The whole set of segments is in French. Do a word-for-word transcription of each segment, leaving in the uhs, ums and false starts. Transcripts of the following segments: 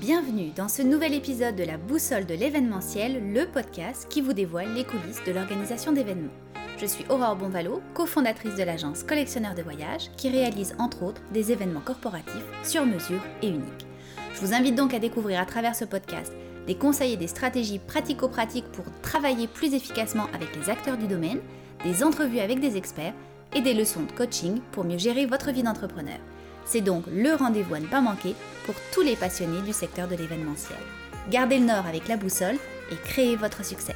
Bienvenue dans ce nouvel épisode de la Boussole de l'événementiel, le podcast qui vous dévoile les coulisses de l'organisation d'événements. Je suis Aurore Bonvalot, cofondatrice de l'agence Collectionneur de Voyages, qui réalise entre autres des événements corporatifs sur mesure et uniques. Je vous invite donc à découvrir à travers ce podcast des conseils et des stratégies pratico-pratiques pour travailler plus efficacement avec les acteurs du domaine, des entrevues avec des experts et des leçons de coaching pour mieux gérer votre vie d'entrepreneur. C'est donc le rendez-vous à ne pas manquer pour tous les passionnés du secteur de l'événementiel. Gardez le nord avec la boussole et créez votre succès.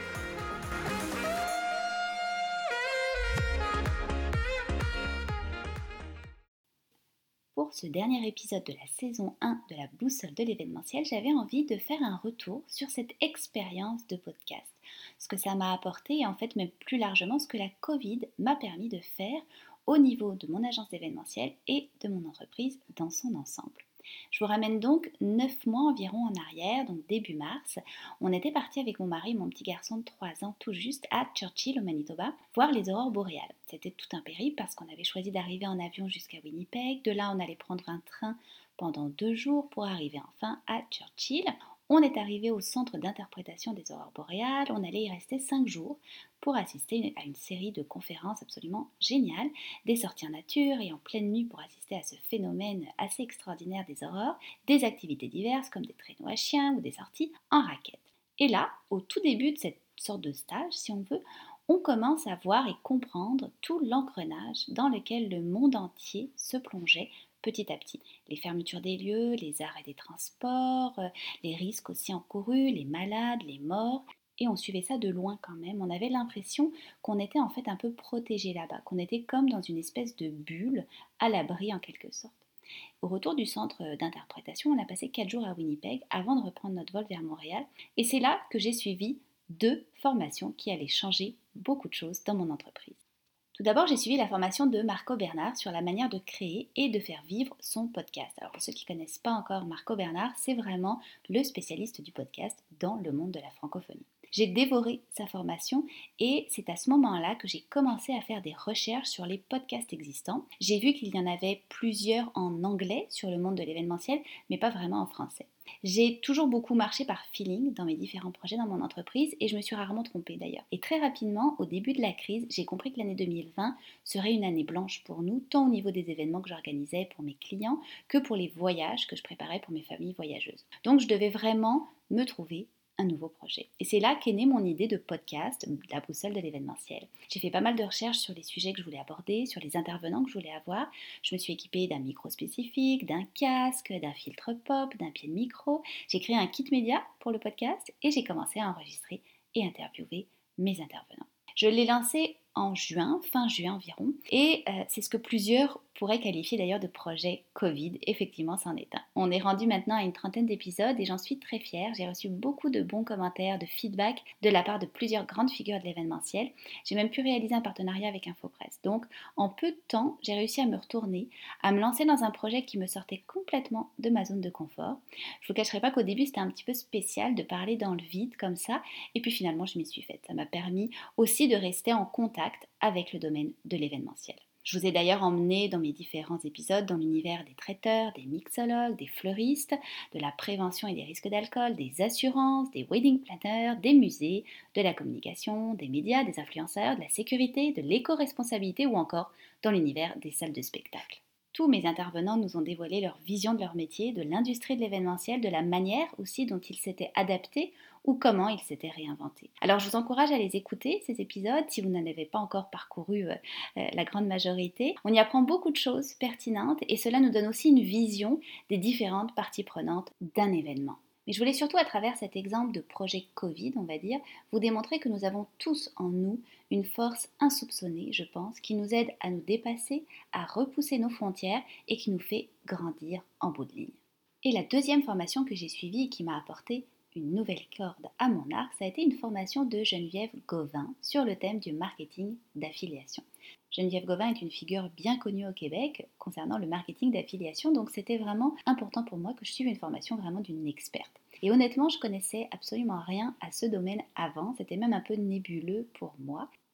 Pour ce dernier épisode de la saison un de la boussole de l'événementiel, j'avais envie de faire un retour sur cette expérience de podcast. Ce que ça m'a apporté et en fait même plus largement ce que la Covid m'a permis de faire au niveau de mon agence d'événementiel et de mon entreprise dans son ensemble. Je vous ramène donc neuf mois environ en arrière, donc début mars. On était parti avec mon mari et mon petit garçon de trois ans tout juste à Churchill au Manitoba voir les aurores boréales. C'était tout un périple parce qu'on avait choisi d'arriver en avion jusqu'à Winnipeg. De là, on allait prendre un train pendant deux jours pour arriver enfin à Churchill. On est arrivé au centre d'interprétation des aurores boréales, on allait y rester cinq jours pour assister à une série de conférences absolument géniales, des sorties en nature et en pleine nuit pour assister à ce phénomène assez extraordinaire des aurores, des activités diverses comme des traîneaux à chiens ou des sorties en raquettes. Et là, au tout début de cette sorte de stage, si on veut, on commence à voir et comprendre tout l'engrenage dans lequel le monde entier se plongeait petit à petit. Les fermetures des lieux, les arrêts des transports, les risques aussi encourus, les malades, les morts. Et on suivait ça de loin quand même. On avait l'impression qu'on était en fait un peu protégé là-bas, qu'on était comme dans une espèce de bulle, à l'abri en quelque sorte. Au retour du centre d'interprétation, on a passé quatre jours à Winnipeg avant de reprendre notre vol vers Montréal. Et c'est là que j'ai suivi deux formations qui allaient changer beaucoup de choses dans mon entreprise. Tout d'abord, j'ai suivi la formation de Marco Bernard sur la manière de créer et de faire vivre son podcast. Alors pour ceux qui ne connaissent pas encore Marco Bernard, c'est vraiment le spécialiste du podcast dans le monde de la francophonie. J'ai dévoré sa formation et c'est à ce moment-là que j'ai commencé à faire des recherches sur les podcasts existants. J'ai vu qu'il y en avait plusieurs en anglais sur le monde de l'événementiel, mais pas vraiment en français. J'ai toujours beaucoup marché par feeling dans mes différents projets dans mon entreprise et je me suis rarement trompée d'ailleurs. Et très rapidement, au début de la crise, j'ai compris que l'année deux mille vingt serait une année blanche pour nous, tant au niveau des événements que j'organisais pour mes clients que pour les voyages que je préparais pour mes familles voyageuses. Donc je devais vraiment me trouver un nouveau projet. Et c'est là qu'est née mon idée de podcast, la boussole de l'événementiel. J'ai fait pas mal de recherches sur les sujets que je voulais aborder, sur les intervenants que je voulais avoir. Je me suis équipée d'un micro spécifique, d'un casque, d'un filtre pop, d'un pied de micro. J'ai créé un kit média pour le podcast et j'ai commencé à enregistrer et interviewer mes intervenants. Je l'ai lancé en juin, fin juin environ, et euh, c'est ce que plusieurs pourraient qualifier d'ailleurs de projet Covid. Effectivement, c'en est un. On est rendu maintenant à une trentaine d'épisodes et j'en suis très fière. J'ai reçu beaucoup de bons commentaires, de feedback de la part de plusieurs grandes figures de l'événementiel. J'ai même pu réaliser un partenariat avec InfoPresse. Donc, en peu de temps, j'ai réussi à me retourner, à me lancer dans un projet qui me sortait complètement de ma zone de confort. Je ne vous cacherai pas qu'au début, c'était un petit peu spécial de parler dans le vide comme ça, et puis finalement, je m'y suis faite. Ça m'a permis aussi de rester en contact avec le domaine de l'événementiel. Je vous ai d'ailleurs emmené dans mes différents épisodes dans l'univers des traiteurs, des mixologues, des fleuristes, de la prévention et des risques d'alcool, des assurances, des wedding planners, des musées, de la communication, des médias, des influenceurs, de la sécurité, de l'éco-responsabilité ou encore dans l'univers des salles de spectacle. Tous mes intervenants nous ont dévoilé leur vision de leur métier, de l'industrie de l'événementiel, de la manière aussi dont ils s'étaient adaptés ou comment ils s'étaient réinventés. Alors je vous encourage à les écouter, ces épisodes, si vous n'en avez pas encore parcouru euh, euh, la grande majorité. On y apprend beaucoup de choses pertinentes et cela nous donne aussi une vision des différentes parties prenantes d'un événement. Mais je voulais surtout, à travers cet exemple de projet Covid, on va dire, vous démontrer que nous avons tous en nous une force insoupçonnée, je pense, qui nous aide à nous dépasser, à repousser nos frontières et qui nous fait grandir en bout de ligne. Et la deuxième formation que j'ai suivie et qui m'a apporté une nouvelle corde à mon arc, ça a été une formation de Geneviève Gauvin sur le thème du marketing d'affiliation. Geneviève Gauvin est une figure bien connue au Québec concernant le marketing d'affiliation, donc c'était vraiment important pour moi que je suive une formation vraiment d'une experte. Et honnêtement, je connaissais absolument rien à ce domaine avant, c'était même un peu nébuleux pour moi.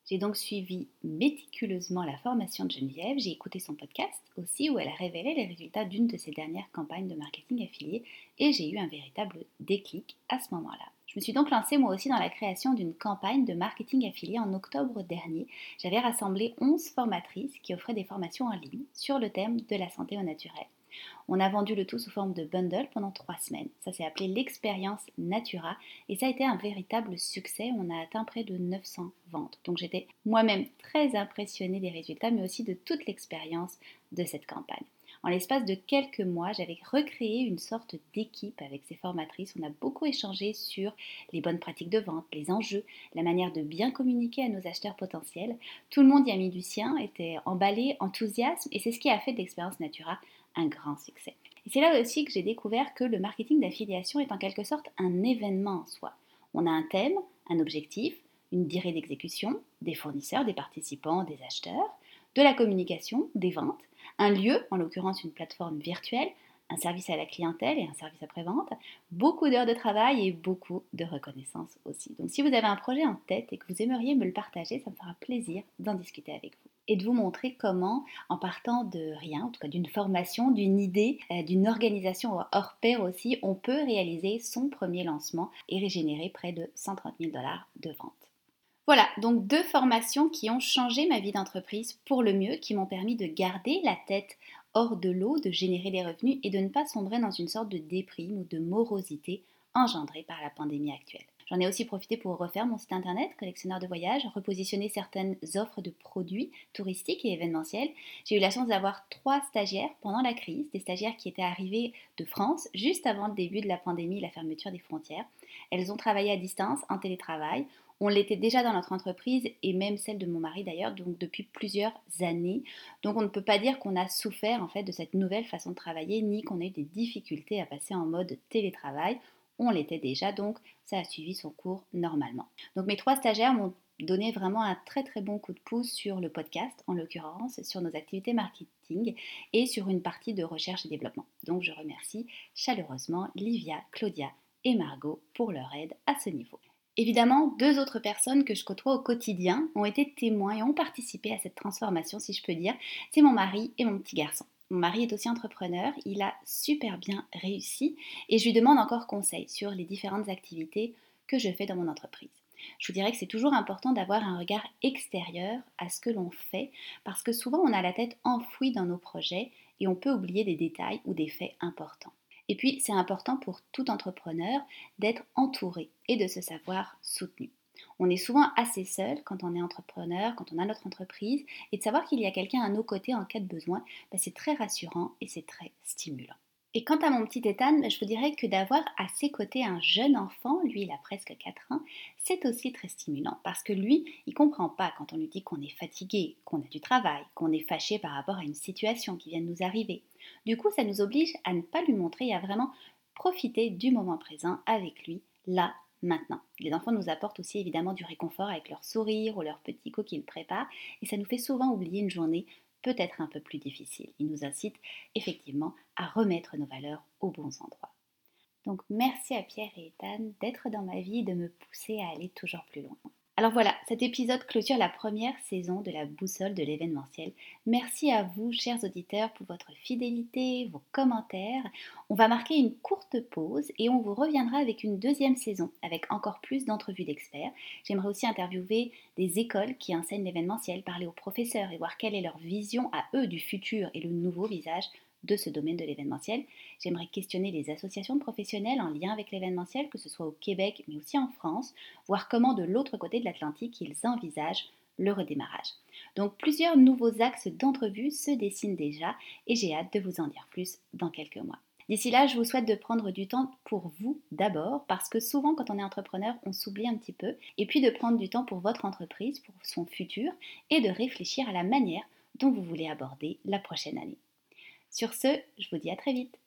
J'ai donc suivi méticuleusement la formation de Geneviève, j'ai écouté son podcast aussi où elle révélait les résultats d'une de ses dernières campagnes de marketing affilié et j'ai eu un véritable déclic à ce moment-là. Je me suis donc lancée moi aussi dans la création d'une campagne de marketing affilié en octobre dernier. J'avais rassemblé onze formatrices qui offraient des formations en ligne sur le thème de la santé au naturel. On a vendu le tout sous forme de bundle pendant trois semaines. Ça s'est appelé l'expérience Natura et ça a été un véritable succès. On a atteint près de neuf cents ventes. Donc j'étais moi-même très impressionnée des résultats, mais aussi de toute l'expérience de cette campagne. En l'espace de quelques mois, j'avais recréé une sorte d'équipe avec ces formatrices. On a beaucoup échangé sur les bonnes pratiques de vente, les enjeux, la manière de bien communiquer à nos acheteurs potentiels. Tout le monde y a mis du sien, était emballé, enthousiasme et c'est ce qui a fait de l'expérience Natura un grand succès. Et c'est là aussi que j'ai découvert que le marketing d'affiliation est en quelque sorte un événement en soi. On a un thème, un objectif, une durée d'exécution, des fournisseurs, des participants, des acheteurs, de la communication, des ventes, un lieu, en l'occurrence une plateforme virtuelle, un service à la clientèle et un service après-vente, beaucoup d'heures de travail et beaucoup de reconnaissance aussi. Donc si vous avez un projet en tête et que vous aimeriez me le partager, ça me fera plaisir d'en discuter avec vous et de vous montrer comment, en partant de rien, en tout cas d'une formation, d'une idée, euh, d'une organisation hors pair aussi, on peut réaliser son premier lancement et régénérer près de cent trente mille dollars de vente. Voilà, donc deux formations qui ont changé ma vie d'entreprise pour le mieux, qui m'ont permis de garder la tête hors de l'eau, de générer des revenus et de ne pas sombrer dans une sorte de déprime ou de morosité engendrée par la pandémie actuelle. J'en ai aussi profité pour refaire mon site internet, collectionneur de voyages, repositionner certaines offres de produits touristiques et événementiels. J'ai eu la chance d'avoir trois stagiaires pendant la crise, des stagiaires qui étaient arrivés de France juste avant le début de la pandémie et la fermeture des frontières. Elles ont travaillé à distance, en télétravail. On l'était déjà dans notre entreprise et même celle de mon mari d'ailleurs, donc depuis plusieurs années. Donc on ne peut pas dire qu'on a souffert en fait de cette nouvelle façon de travailler ni qu'on a eu des difficultés à passer en mode télétravail. On l'était déjà, donc ça a suivi son cours normalement. Donc mes trois stagiaires m'ont donné vraiment un très très bon coup de pouce sur le podcast, en l'occurrence, sur nos activités marketing et sur une partie de recherche et développement. Donc je remercie chaleureusement Livia, Claudia et Margot pour leur aide à ce niveau. Évidemment, deux autres personnes que je côtoie au quotidien ont été témoins et ont participé à cette transformation, si je peux dire. C'est mon mari et mon petit garçon. Mon mari est aussi entrepreneur, il a super bien réussi et je lui demande encore conseil sur les différentes activités que je fais dans mon entreprise. Je vous dirais que c'est toujours important d'avoir un regard extérieur à ce que l'on fait parce que souvent on a la tête enfouie dans nos projets et on peut oublier des détails ou des faits importants. Et puis c'est important pour tout entrepreneur d'être entouré et de se savoir soutenu. On est souvent assez seul quand on est entrepreneur, quand on a notre entreprise, et de savoir qu'il y a quelqu'un à nos côtés en cas de besoin, ben c'est très rassurant et c'est très stimulant. Et quant à mon petit Ethan, ben je vous dirais que d'avoir à ses côtés un jeune enfant, lui il a presque quatre ans, c'est aussi très stimulant parce que lui, il ne comprend pas quand on lui dit qu'on est fatigué, qu'on a du travail, qu'on est fâché par rapport à une situation qui vient de nous arriver. Du coup, ça nous oblige à ne pas lui montrer et à vraiment profiter du moment présent avec lui, là, maintenant. Les enfants nous apportent aussi évidemment du réconfort avec leur sourire ou leur petit coup qu'ils préparent et ça nous fait souvent oublier une journée peut-être un peu plus difficile. Ils nous incitent effectivement à remettre nos valeurs aux bons endroits. Donc merci à Pierre et Ethan d'être dans ma vie et de me pousser à aller toujours plus loin. Alors voilà, cet épisode clôture la première saison de la boussole de l'événementiel. Merci à vous, chers auditeurs, pour votre fidélité, vos commentaires. On va marquer une courte pause et on vous reviendra avec une deuxième saison, avec encore plus d'entrevues d'experts. J'aimerais aussi interviewer des écoles qui enseignent l'événementiel, parler aux professeurs et voir quelle est leur vision à eux du futur et le nouveau visage de ce domaine de l'événementiel. J'aimerais questionner les associations de professionnels en lien avec l'événementiel, que ce soit au Québec mais aussi en France, voir comment de l'autre côté de l'Atlantique ils envisagent le redémarrage. Donc plusieurs nouveaux axes d'entrevue se dessinent déjà et j'ai hâte de vous en dire plus dans quelques mois. D'ici là, je vous souhaite de prendre du temps pour vous d'abord, parce que souvent quand on est entrepreneur, on s'oublie un petit peu, et puis de prendre du temps pour votre entreprise, pour son futur, et de réfléchir à la manière dont vous voulez aborder la prochaine année. Sur ce, je vous dis à très vite.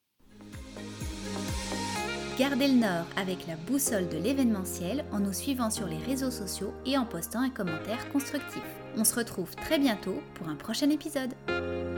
Gardez le nord avec la boussole de l'événementiel en nous suivant sur les réseaux sociaux et en postant un commentaire constructif. On se retrouve très bientôt pour un prochain épisode.